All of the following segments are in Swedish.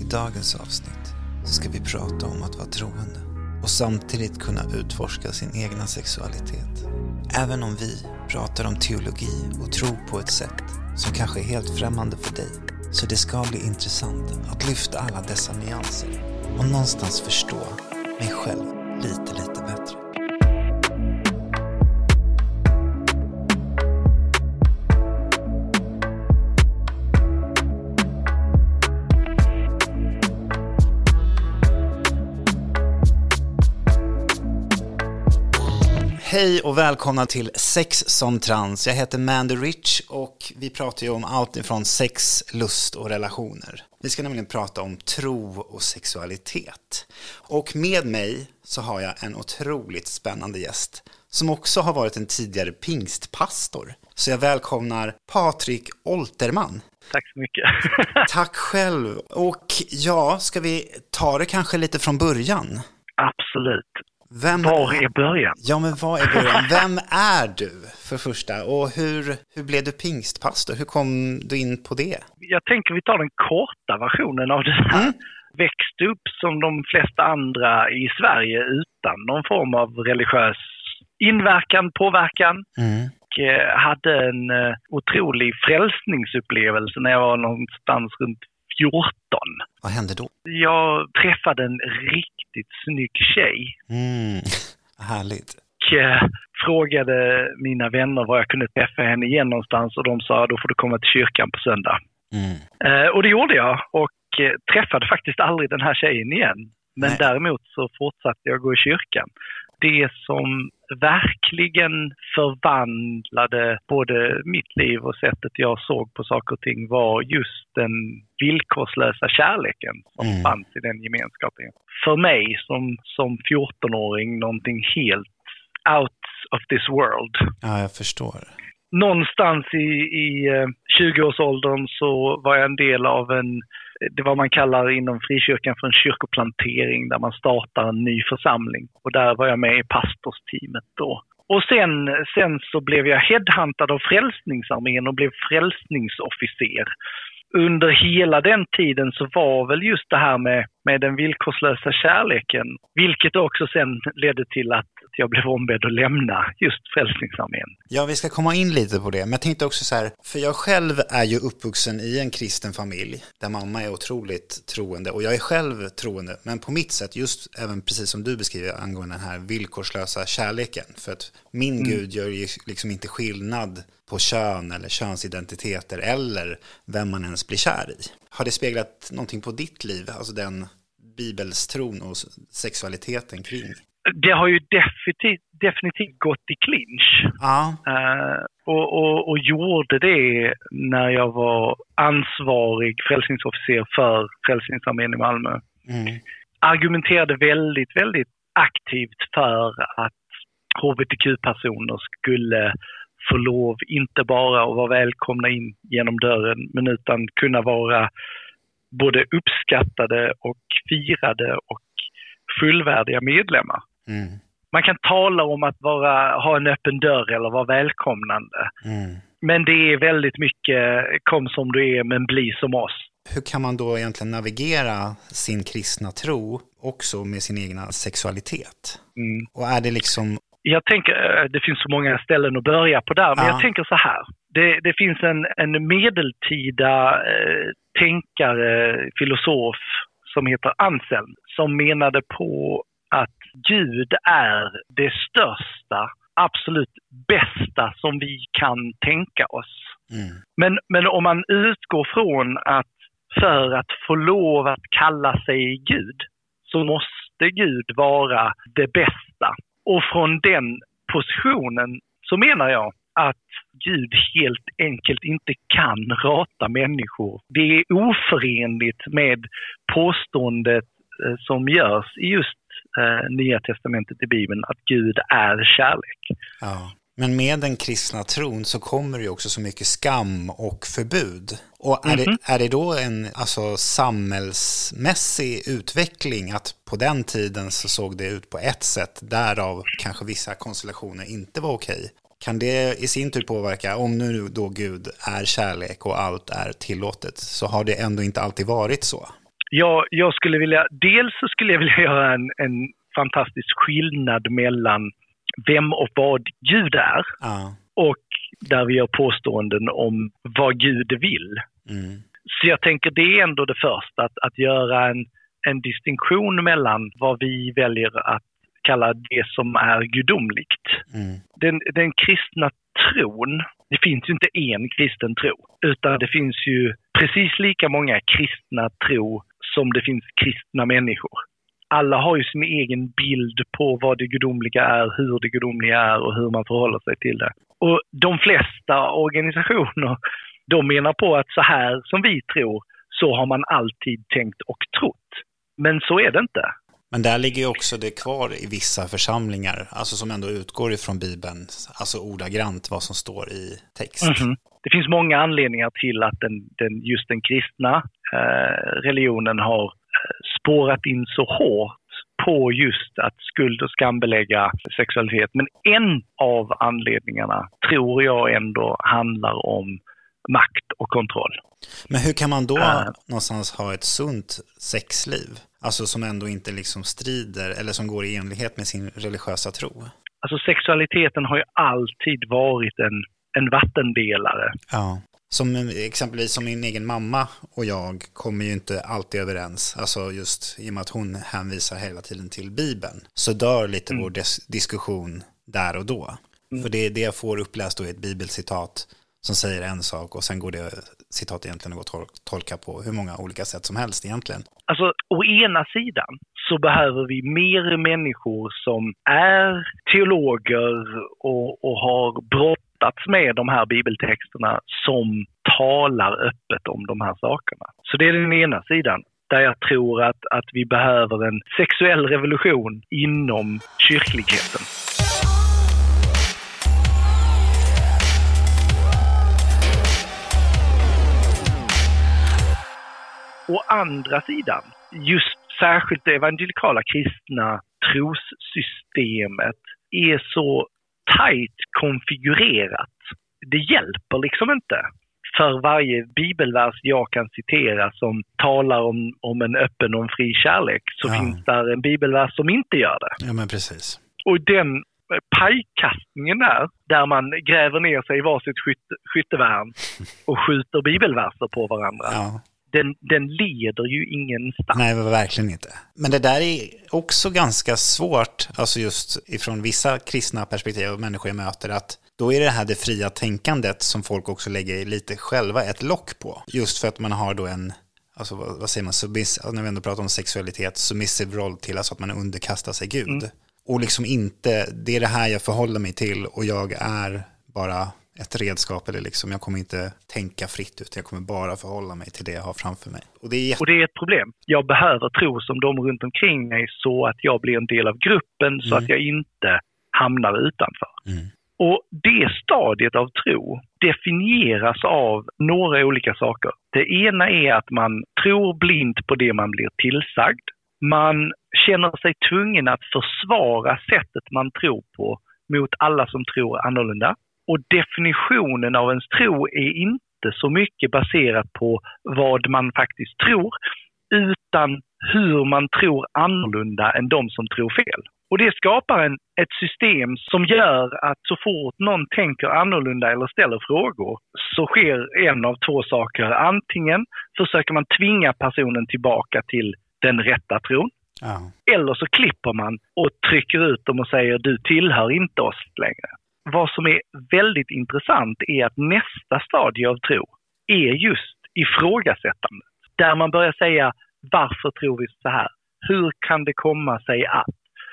dagens avsnitt så ska vi prata om att vara troende och samtidigt kunna utforska sin egna sexualitet. Även om vi pratar om teologi och tro på ett sätt som kanske är helt främmande för dig, så det ska bli intressant att lyfta alla dessa nyanser och någonstans förstå mig själv lite bättre. Hej och välkomna till Sex som trans. Jag heter Mandy Rich och vi pratar ju om allt ifrån sex, lust och relationer. Vi ska nämligen prata om tro och sexualitet. Och med mig så har jag en otroligt spännande gäst som också har varit en tidigare pingstpastor. Så jag välkomnar Patrik Olterman. Tack så mycket. Tack själv. Och ja, ska vi ta det kanske lite från början? Absolut. Var är början? Ja, men vad är början? Vem är du för första? Och hur blev du pingstpastor? Hur kom du in på det? Jag tänker vi tar den korta versionen av det här. Växte upp som de flesta andra i Sverige utan någon form av religiös påverkan. Och hade en otrolig frälsningsupplevelse när jag var någonstans runt 14. Vad hände då? Jag träffade en riktigt snygg tjej. Härligt. Och frågade mina vänner var jag kunde träffa henne igen någonstans. Och de sa, då får du komma till kyrkan på söndag. Och det gjorde jag. Och träffade faktiskt aldrig den här tjejen igen. Men däremot så fortsatte jag gå i kyrkan. Det som verkligen förvandlade både mitt liv och sättet jag såg på saker och ting var just den villkorslösa kärleken som fanns i den gemenskapen. För mig som 14-åring någonting helt out of this world. Ja, jag förstår. Någonstans i 20-årsåldern så var jag en del av det vad man kallar inom frikyrkan för en kyrkoplantering där man startar en ny församling. Och där var jag med i pastorsteamet då. Och sen så blev jag headhuntad av Frälsningsarmén och blev frälsningsofficer. Under hela den tiden så var väl just det här med den villkorslösa kärleken, vilket också sen ledde till att jag blev ombedd att lämna just Frälsningsarmén. Ja, vi ska komma in lite på det. Men jag tänkte också så här, för jag själv är ju uppvuxen i en kristen familj där mamma är otroligt troende och jag är själv troende. Men på mitt sätt, just även precis som du beskriver angående den här villkorslösa kärleken. För att min Gud gör ju liksom inte skillnad på kön eller könsidentiteter eller vem man ens blir kär i. Har det speglat någonting på ditt liv, alltså den bibelstron och sexualiteten kring? Det har ju definitivt gått i clinch. Ja. Och gjorde det när jag var ansvarig frälsningsofficer för Frälsningsarmén i Malmö. Argumenterade väldigt, väldigt aktivt för att hbtq-personer skulle få lov inte bara att vara välkomna in genom dörren men utan kunna vara både uppskattade och firade och fullvärdiga medlemmar. Man kan tala om att ha en öppen dörr eller vara välkomnande. Men det är väldigt mycket kom som du är men bli som oss. Hur kan man då egentligen navigera sin kristna tro också med sin egna sexualitet? Och är det liksom... Jag tänker, det finns så många ställen att börja på där, men jag tänker så här. Det finns en medeltida tänkare, filosof som heter Anselm som menade på att Gud är det största, absolut bästa som vi kan tänka oss. Men om man utgår från att för att få lov att kalla sig Gud så måste Gud vara det bästa. Och från den positionen så menar jag att Gud helt enkelt inte kan rata människor. Det är oförenligt med påståendet som görs i just Nya testamentet i Bibeln att Gud är kärlek. Ja. Men med den kristna tron så kommer det ju också så mycket skam och förbud. Och är det då en samhällsmässig utveckling att på den tiden så såg det ut på ett sätt, därav kanske vissa konstellationer inte var okej? Kan det i sin tur påverka, om nu då Gud är kärlek och allt är tillåtet, så har det ändå inte alltid varit så? Jag skulle vilja, dels så skulle jag vilja göra en fantastisk skillnad mellan vem och vad Gud är och där vi gör påståenden om vad Gud vill. Så jag tänker det är ändå det första, att göra en distinktion mellan vad vi väljer att kalla det som är gudomligt. Den kristna tron, det finns ju inte en kristen tro, utan det finns ju precis lika många kristna tro som det finns kristna människor. Alla har ju sin egen bild på vad det gudomliga är, hur det gudomliga är och hur man förhåller sig till det. Och de flesta organisationer, de menar på att så här som vi tror, så har man alltid tänkt och trott. Men så är det inte. Men där ligger ju också det kvar i vissa församlingar, alltså som ändå utgår ifrån Bibeln, alltså ordagrant vad som står i text. Det finns många anledningar till att just den kristna religionen har spårat in så hårt på just att skuld- och skambelägga sexualitet. Men en av anledningarna tror jag ändå handlar om makt och kontroll. Men hur kan man då någonstans ha ett sunt sexliv? Alltså som ändå inte liksom strider eller som går i enlighet med sin religiösa tro? Alltså sexualiteten har ju alltid varit en vattendelare. Ja. Som exempelvis som min egen mamma och jag kommer ju inte alltid överens. Alltså just i och med att hon hänvisar hela tiden till Bibeln. Så dör lite vår diskussion där och då. För det är det jag får uppläst då i ett bibelcitat som säger en sak och sen går det citat egentligen att tolka på hur många olika sätt som helst egentligen. Alltså å ena sidan så behöver vi mer människor som är teologer och har brottats med de här bibeltexterna som talar öppet om de här sakerna. Så det är den ena sidan där jag tror att vi behöver en sexuell revolution inom kyrkligheten. Å andra sidan, just särskilt det evangelikala kristna trossystemet är så tajt konfigurerat. Det hjälper liksom inte. För varje bibelvers jag kan citera som talar om en öppen och en fri kärlek så finns där en bibelvers som inte gör det. Ja, men precis. Och den pajkastningen där man gräver ner sig i varsitt skyttevärn och skjuter bibelverser på varandra. Ja. Den leder ju ingenstans. Nej, verkligen inte. Men det där är också ganska svårt, alltså just ifrån vissa kristna perspektiv och människor jag möter, att då är det här det fria tänkandet som folk också lägger lite själva ett lock på. Just för att man har då en, alltså vad säger man, när vi ändå pratar om sexualitet, submissive roll till, alltså att man underkastar sig Gud. Och liksom inte, det är det här jag förhåller mig till och jag är bara ett redskap eller liksom, jag kommer inte tänka fritt utan jag kommer bara förhålla mig till det jag har framför mig. Och det är ett problem. Jag behöver tro som de runt omkring mig så att jag blir en del av gruppen så att jag inte hamnar utanför. Och det stadiet av tro definieras av några olika saker. Det ena är att man tror blint på det man blir tillsagd. Man känner sig tvungen att försvara sättet man tror på mot alla som tror annorlunda. Och definitionen av ens tro är inte så mycket baserat på vad man faktiskt tror, utan hur man tror annorlunda än de som tror fel. Och det skapar ett system som gör att så fort någon tänker annorlunda eller ställer frågor så sker en av två saker. Antingen försöker man tvinga personen tillbaka till den rätta tron. Eller så klipper man och trycker ut dem och säger du tillhör inte oss längre. Vad som är väldigt intressant är att nästa stadie av tro är just ifrågasättande. Där man börjar säga varför tror vi så här? Hur kan det komma sig att?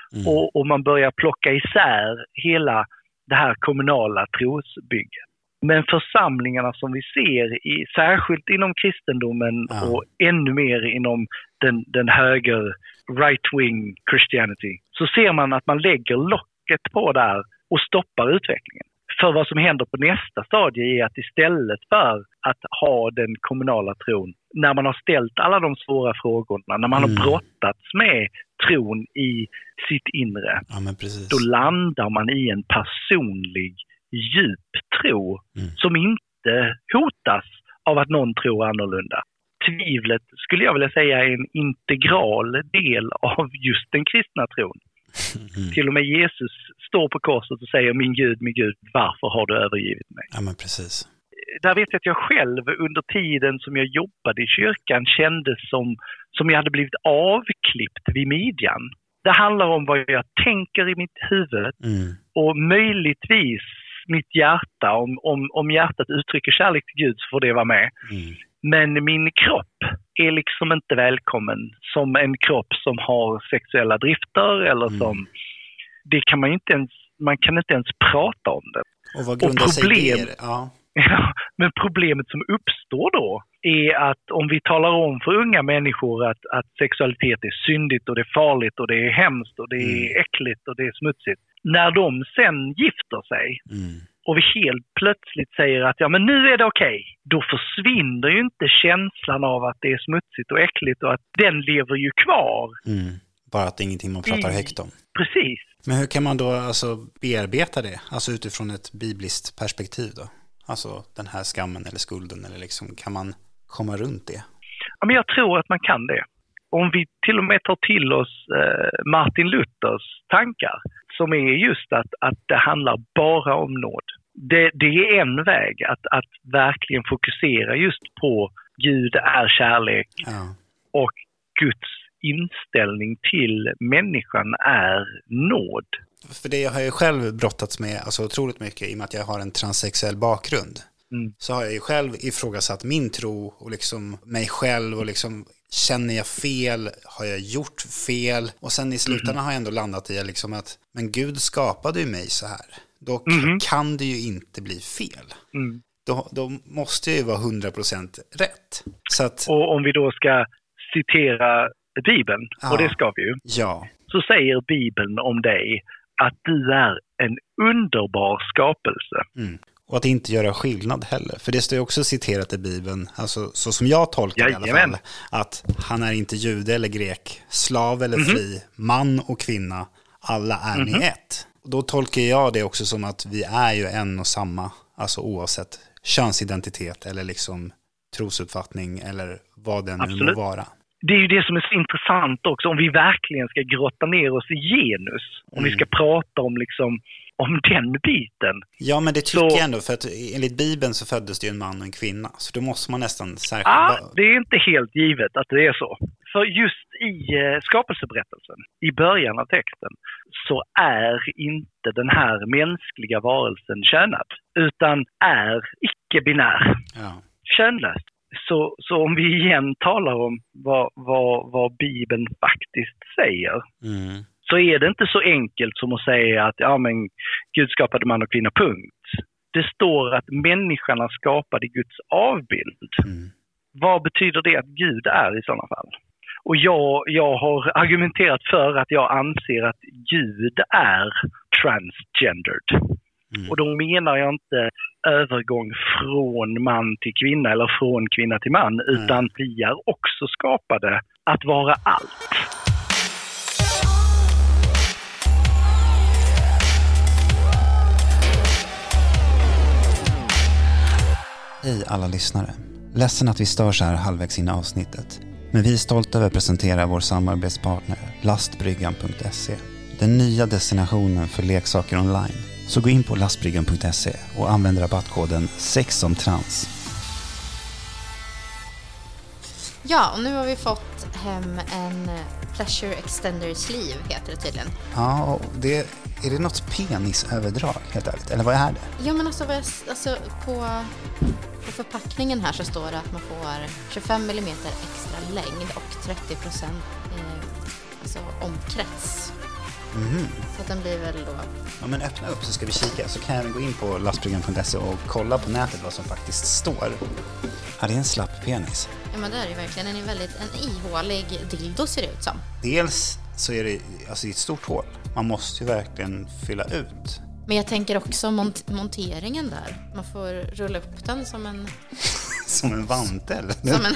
Och man börjar plocka isär hela det här kommunala trosbygget. Men församlingarna som vi ser, särskilt inom kristendomen och ännu mer inom den höger right-wing Christianity, så ser man att man lägger locket på där och stoppar utvecklingen. För vad som händer på nästa stadie är att istället för att ha den kommunala tron, när man har ställt alla de svåra frågorna, när man har brottats med tron i sitt inre, då landar man i en personlig djup tro som inte hotas av att någon tror annorlunda. tvivlet skulle jag vilja säga är en integral del av just den kristna tron. Till och med Jesus står på korset och säger min Gud, varför har du övergivit mig? Ja, men precis. Där vet jag att jag själv under tiden som jag jobbade i kyrkan kände som jag hade blivit avklippt vid midjan. Det handlar om vad jag tänker i mitt huvud och möjligtvis mitt hjärta. Om hjärtat uttrycker kärlek till Gud så får det vara med. Men min kropp är liksom inte välkommen som en kropp som har sexuella drifter eller som... Det kan man kan inte ens prata om det. Och vad grundar sig det? Ja. Ja, men problemet som uppstår då är att om vi talar om för unga människor att sexualitet är syndigt och det är farligt och det är hemskt och det är äckligt och det är smutsigt. När de sen gifter sig och vi helt plötsligt säger att ja men nu är det okej, då försvinner ju inte känslan av att det är smutsigt och äckligt och att den lever ju kvar. Bara att det är ingenting man pratar högt om. Precis. Men hur kan man då alltså bearbeta det? Alltså utifrån ett bibliskt perspektiv då? Alltså den här skammen eller skulden eller liksom, kan man komma runt det? Ja, men jag tror att man kan det. Om vi till och med tar till oss Martin Luthers tankar som är just att det handlar bara om nåd. Det är en väg att verkligen fokusera just på Gud är kärlek och Guds inställning till människan är nåd. För det jag har ju själv brottats med alltså otroligt mycket i och med att jag har en transsexuell bakgrund. Så har jag ju själv ifrågasatt min tro och liksom mig själv och liksom känner jag fel, har jag gjort fel? Och sen i slutändan har jag ändå landat i liksom att men Gud skapade ju mig så här. Då kan det ju inte bli fel. Då måste jag ju vara 100% rätt. Så att, och om vi då ska citera Bibeln, och det ska vi ju, så säger Bibeln om dig att du är en underbar skapelse. Och att inte göra skillnad heller. För det står ju också citerat i Bibeln, alltså, så som jag tolkar det i alla fall, att han är inte jude eller grek, slav eller fri, man och kvinna, alla är ni ett. Och då tolkar jag det också som att vi är ju en och samma, alltså oavsett könsidentitet eller liksom trosuppfattning eller vad den nu må vara. Det är ju det som är så intressant också, om vi verkligen ska grotta ner oss i genus, om vi ska prata om liksom om den biten. Ja, men det tycker jag ändå, för att enligt Bibeln så föddes det ju en man och en kvinna, så då måste man nästan särskilt... det är inte helt givet att det är så. För just i skapelseberättelsen, i början av texten, så är inte den här mänskliga varelsen könad, utan är icke-binär. Könlöst. Så om vi igen talar om vad Bibeln faktiskt säger, så är det inte så enkelt som att säga att ja, men Gud skapade man och kvinna, punkt. Det står att människan är skapad i Guds avbild. Vad betyder det att Gud är i sådana fall? Och jag har argumenterat för att jag anser att Gud är transgendered. Och då menar jag inte övergång från man till kvinna eller från kvinna till man, utan vi är också skapade att vara allt. Hej alla lyssnare. Ledsen att vi stör så här halvvägs in i avsnittet. Men vi är stolta över att presentera vår samarbetspartner lastbryggan.se. Den nya destinationen för leksaker online. Så gå in på lastbryggan.se och använd rabattkoden sexomtrans. Ja, och nu har vi fått hem en Pleasure Extender Sleeve, heter det tydligen. Ja, och är det något penisöverdrag, helt ärligt? Eller vad är det? Ja, men alltså på förpackningen här så står det att man får 25 mm extra längd och 30% alltså omkrets. Så att den blir väl då... Ja, men öppna upp så ska vi kika. Så kan jag gå in på lastbryggan.se och kolla på nätet vad som faktiskt står. Ja, det är en slapp penis. Ja, men det är det verkligen. Den är en ihålig dildo, ser det ut som. Dels så är det alltså ett stort hål. Man måste ju verkligen fylla ut. Men jag tänker också monteringen där. Man får rulla upp den som en... som en vantel.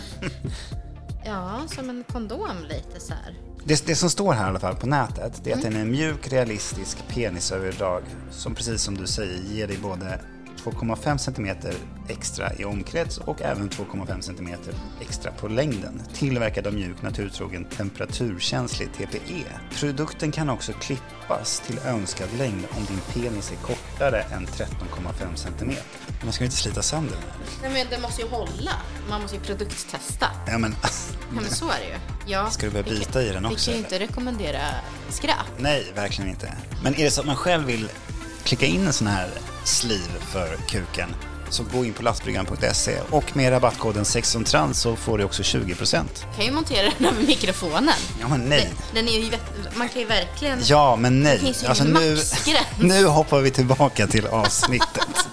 Som en kondom lite så här. Det som står här i alla fall på nätet, det är att den är mjuk, realistisk penisöverdrag som precis som du säger ger dig både 2,5 cm extra i omkrets och även 2,5 cm extra på längden. Tillverkad av mjuk, naturtrogen, temperaturkänslig TPE. Produkten kan också klippas till önskad längd om din penis är kortare än 13,5 cm. Man ska inte slita sönder den här. Nej, men det måste ju hålla. Man måste ju produkttesta. Ja, men så är det ju. Ja, ska du börja bita i den också? Vi kan ju inte rekommendera skräp. Nej, verkligen inte. Men är det så att man själv vill klicka in en sån här sleeve för kuken, så gå in på lastbryggan.se och med rabattkoden 16trans så får du också 20%. Kan ju montera den över mikrofonen. Ja, men nej. Den är ju, man kan ju verkligen... Ja, men nej. Det finns ju alltså, nu hoppar vi tillbaka till avsnittet.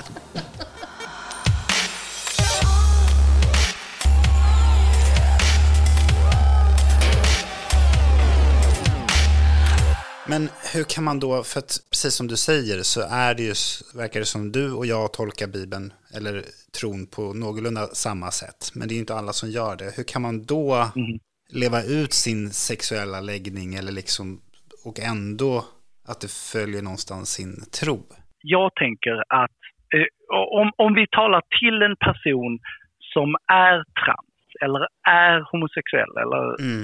Men hur kan man då, för att precis som du säger så är det ju, verkar det som du och jag tolkar Bibeln eller tron på någorlunda samma sätt. Men det är ju inte alla som gör det. Hur kan man då leva ut sin sexuella läggning eller liksom, och ändå att det följer någonstans sin tro? Jag tänker att om vi talar till en person som är trans eller är homosexuell eller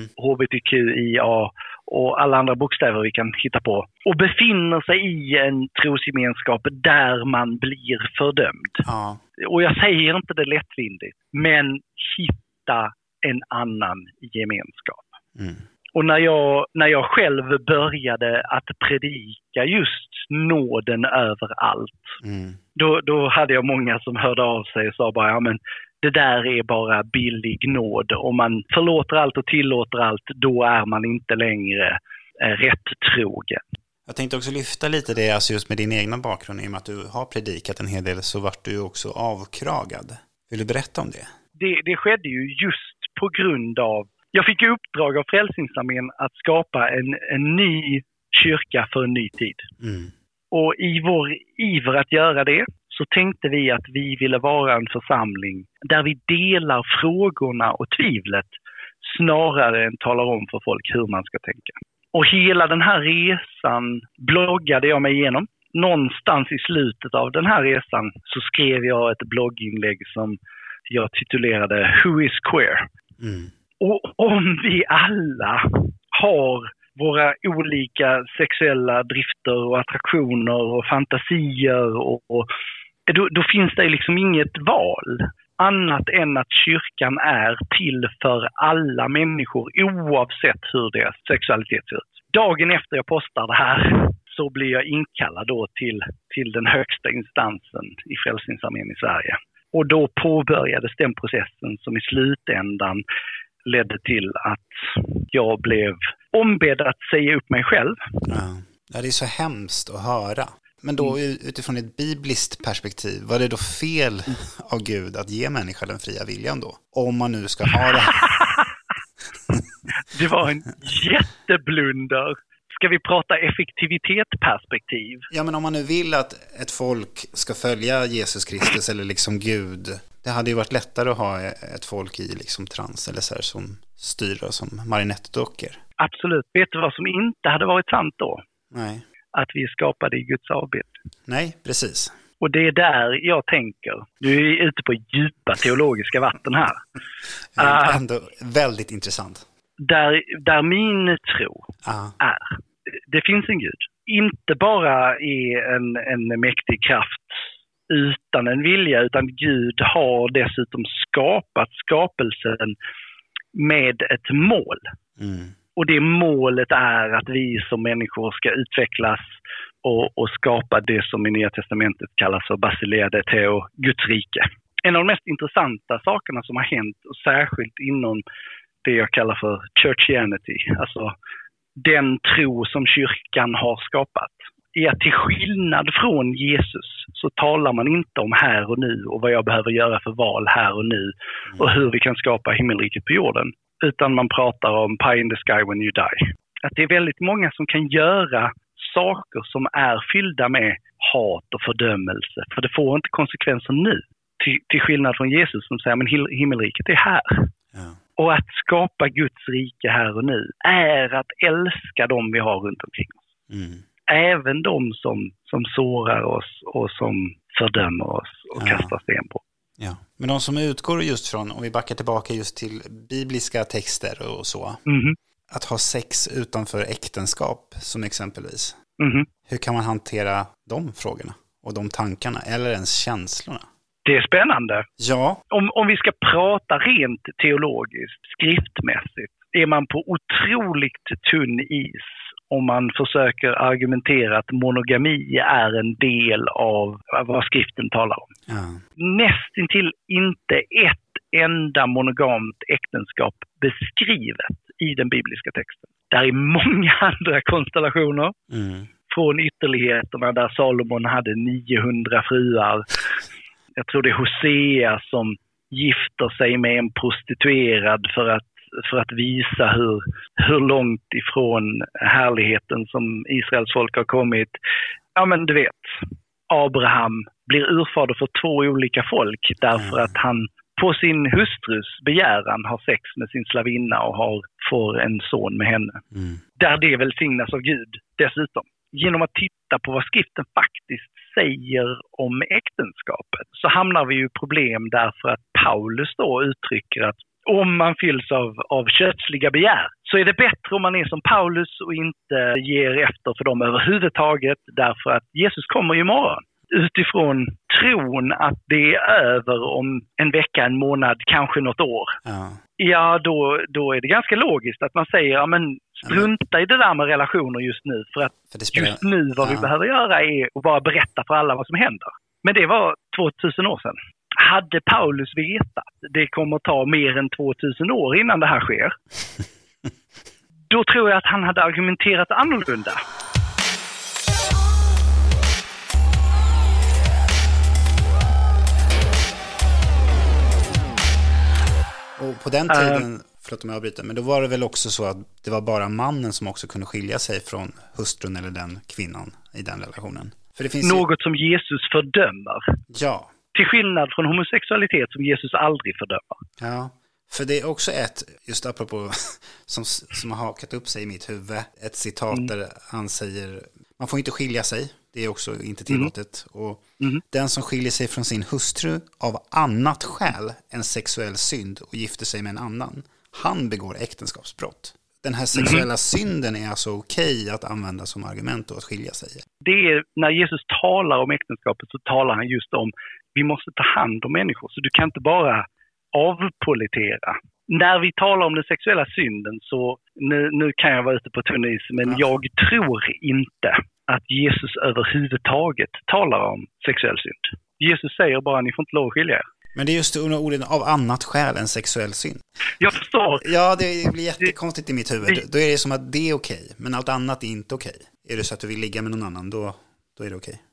HBTQIA och alla andra bokstäver vi kan hitta på och befinner sig i en trosgemenskap där man blir fördömd. Ja. Och jag säger inte det lättvindigt, men hitta en annan gemenskap. Och när jag själv började att predika just nåden över allt, då hade jag många som hörde av sig och sa bara, ja men det där är bara billig nåd. Om man förlåter allt och tillåter allt, då är man inte längre rätt trogen. Jag tänkte också lyfta lite det, alltså just med din egna bakgrund, i och med att du har predikat en hel del så vart du också avkragad. Vill du berätta om det? Det skedde ju just på grund av, jag fick uppdrag av Frälsningsarmén att skapa en ny kyrka för en ny tid. Och i vår iver att göra det så tänkte vi att vi ville vara en församling där vi delar frågorna och tvivlet snarare än talar om för folk hur man ska tänka. Och hela den här resan bloggade jag mig igenom. Någonstans i slutet av den här resan så skrev jag ett blogginlägg som jag titulerade Who is queer? Och om vi alla har våra olika sexuella drifter och attraktioner och fantasier och då finns det liksom inget val annat än att kyrkan är till för alla människor oavsett hur deras sexualitet ser ut. Dagen efter jag postar det här så blir jag inkallad då till den högsta instansen i Frälsningsarmén i Sverige. Och då påbörjades den processen som i slutändan ledde till att jag blev ombedd att säga upp mig själv. Ja, det är så hemskt att höra. Men då utifrån ett bibliskt perspektiv, var det då fel av Gud att ge människan den fria viljan då? Om man nu ska ha det. Det var en jätteblunder. Ska vi prata effektivitetsperspektiv? Ja, men om man nu vill att ett folk ska följa Jesus Kristus eller liksom Gud, det hade ju varit lättare att ha ett folk i liksom trans eller så här som styr som marionettdockor. Absolut. Vet du vad som inte hade varit sant då? Nej. Att vi skapade i Guds avbild. Nej, precis. Och det är där jag tänker. Du är ute på djupa teologiska vatten här. Ändå väldigt intressant. Där min tro är. Det finns en Gud. Inte bara är en mäktig kraft utan en vilja, utan Gud har dessutom skapat skapelsen med ett mål. Och det målet är att vi som människor ska utvecklas och skapa det som i Nya Testamentet kallas för Basileia Dei Theo, Guds rike. En av de mest intressanta sakerna som har hänt, och särskilt inom det jag kallar för churchianity, alltså den tro som kyrkan har skapat, är att till skillnad från Jesus så talar man inte om här och nu och vad jag behöver göra för val här och nu och hur vi kan skapa himmelriket på jorden. Utan man pratar om pie in the sky when you die. Att det är väldigt många som kan göra saker som är fyllda med hat och fördömelse. För det får inte konsekvenser nu. Till skillnad från Jesus som säger men himmelriket är här. Ja. Och att skapa Guds rike här och nu är att älska dem vi har runt omkring oss. Även de som sårar oss och som fördömer oss och kastar sten på. Ja. Men de som utgår just från, om vi backar tillbaka just till bibliska texter och så, att ha sex utanför äktenskap som exempelvis. Hur kan man hantera de frågorna och de tankarna eller ens känslorna? Det är spännande. Ja. Om vi ska prata rent teologiskt, skriftmässigt, är man på otroligt tunn is om man försöker argumentera att monogami är en del av vad skriften talar om. Ja. Nästintill inte ett enda monogamt äktenskap beskrivet i den bibliska texten. Där är många andra konstellationer. Från ytterligheterna där Salomon hade 900 fruar. Jag tror det är Hosea som gifter sig med en prostituerad för att visa hur långt ifrån härligheten som Israels folk har kommit. Ja, men du vet, Abraham blir urfader för 2 olika folk därför att han på sin hustrus begäran har sex med sin slavinna och får en son med henne. Där det välsignas av Gud dessutom. Genom att titta på vad skriften faktiskt säger om äktenskapet så hamnar vi ju i problem därför att Paulus då uttrycker att om man fylls av kötsliga begär så är det bättre om man är som Paulus och inte ger efter för dem överhuvudtaget därför att Jesus kommer ju imorgon. Utifrån tron att det är över om en vecka, en månad, kanske något år. Ja, då är det ganska logiskt att man säger, ja men strunta i det där med relationer just nu. För att just nu vad vi behöver göra är att bara berätta för alla vad som händer. Men det var 2000 år sedan. Hade Paulus vetat det kommer ta mer än 2000 år innan det här sker, då tror jag att han hade argumenterat annorlunda. Och på den tiden, förlåt om jag avbryter, men då var det väl också så att det var bara mannen som också kunde skilja sig från hustrun eller den kvinnan i den relationen. För det finns något som Jesus fördömer. Ja. Till skillnad från homosexualitet som Jesus aldrig fördömer. Ja, för det är också just apropå, som har hakat upp sig i mitt huvud, ett citat där han säger, man får inte skilja sig, det är också inte tillåtet. Och den som skiljer sig från sin hustru av annat skäl än sexuell synd och gifter sig med en annan, han begår äktenskapsbrott. Den här sexuella synden är alltså okej att använda som argument och att skilja sig. Det är, när Jesus talar om äktenskapet så talar han just om vi måste ta hand om människor, så du kan inte bara avpolitera. När vi talar om den sexuella synden så, nu kan jag vara ute på tunn is, men jag tror inte att Jesus överhuvudtaget talar om sexuell synd. Jesus säger bara ni får inte lov att skilja er. Men det är just orden av annat skäl än sexuell synd. Jag förstår. Ja, det blir jättekonstigt i mitt huvud. Då är det som att det är okej, men allt annat är inte okej. Är det så att du vill ligga med någon annan, då är det okej.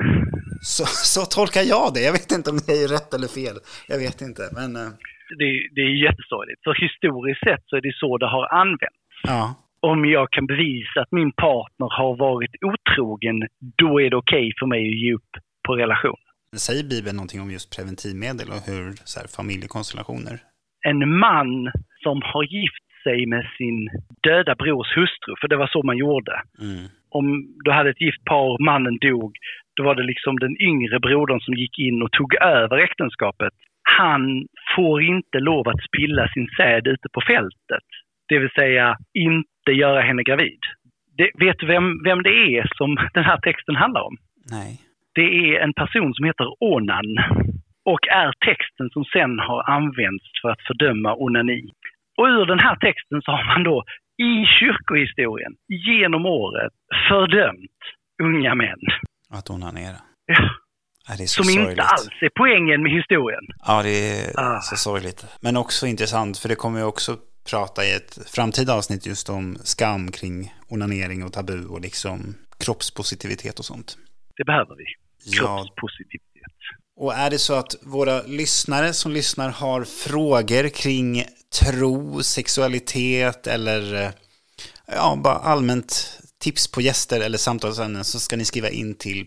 Så tolkar jag det. Jag vet inte om det är rätt eller fel. Jag vet inte, men... Det är jättesorgligt. För historiskt sett så är det så det har använts. Ja. Om jag kan bevisa att min partner har varit otrogen, då är det okej för mig att ge upp på relationen. Säger Bibeln någonting om just preventivmedel och hur så här, familjekonstellationer? En man som har gift sig med sin döda brors hustru, för det var så man gjorde. Om du hade ett gift par, mannen dog, då var det liksom den yngre brodern som gick in och tog över äktenskapet. Han får inte lov att spilla sin säd ute på fältet. Det vill säga inte göra henne gravid. Vet du vem det är som den här texten handlar om? Nej. Det är en person som heter Onan och är texten som sen har använts för att fördöma onani. Och ur den här texten så har man då i kyrkohistorien genom året fördömt unga män. Att onanera. Ja. Det är så som sorgligt. Inte alls är poängen med historien. Ja, det är så sorgligt. Men också intressant, för det kommer ju också prata i ett framtida avsnitt just om skam kring onanering och tabu och liksom kroppspositivitet och sånt. Det behöver vi. Ja. Kroppspositivitet. Och är det så att våra lyssnare som lyssnar har frågor kring tro, sexualitet eller bara allmänt tips på gäster eller samtalsämnen, så ska ni skriva in till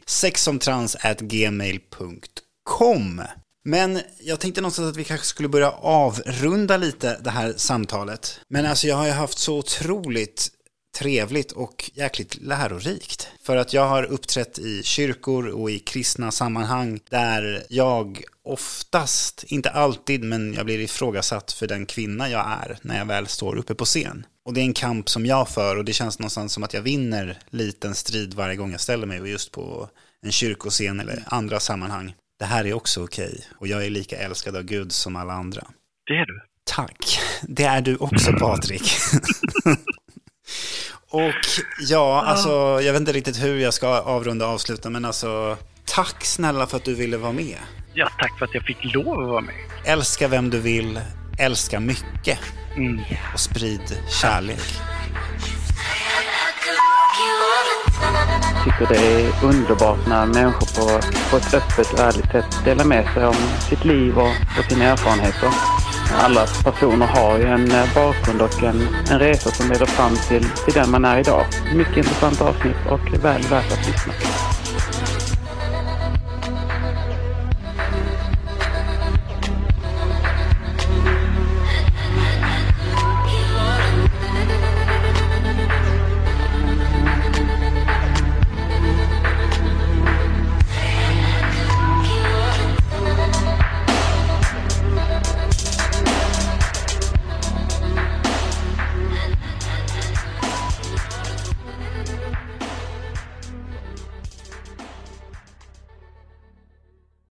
sexomtrans@gmail.com. Men jag tänkte någonstans att vi kanske skulle börja avrunda lite det här samtalet. Men alltså jag har ju haft så otroligt trevligt och jäkligt lärorikt. För att jag har uppträtt i kyrkor och i kristna sammanhang där jag oftast, inte alltid, men jag blir ifrågasatt för den kvinna jag är när jag väl står uppe på scen. Och det är en kamp som jag för, och det känns någonstans som att jag vinner liten strid varje gång jag ställer mig just på en kyrkoscen eller andra sammanhang. Det här är också okej, och jag är lika älskad av Gud som alla andra. Det är du. Tack. Det är du också, Patrik. Och ja, alltså, jag vet inte riktigt hur jag ska avrunda och avsluta, men alltså, tack snälla för att du ville vara med. Ja, tack för att jag fick lov att vara med. Älska vem du vill, älska mycket och sprid kärlek. Jag tycker det är underbart när människor på ett öppet och ärligt sätt delar med sig om sitt liv och sina erfarenheter. Alla personer har ju en bakgrund och en resa som leder fram till den man är idag. Mycket intressant avsnitt och väl värt att lyssna på.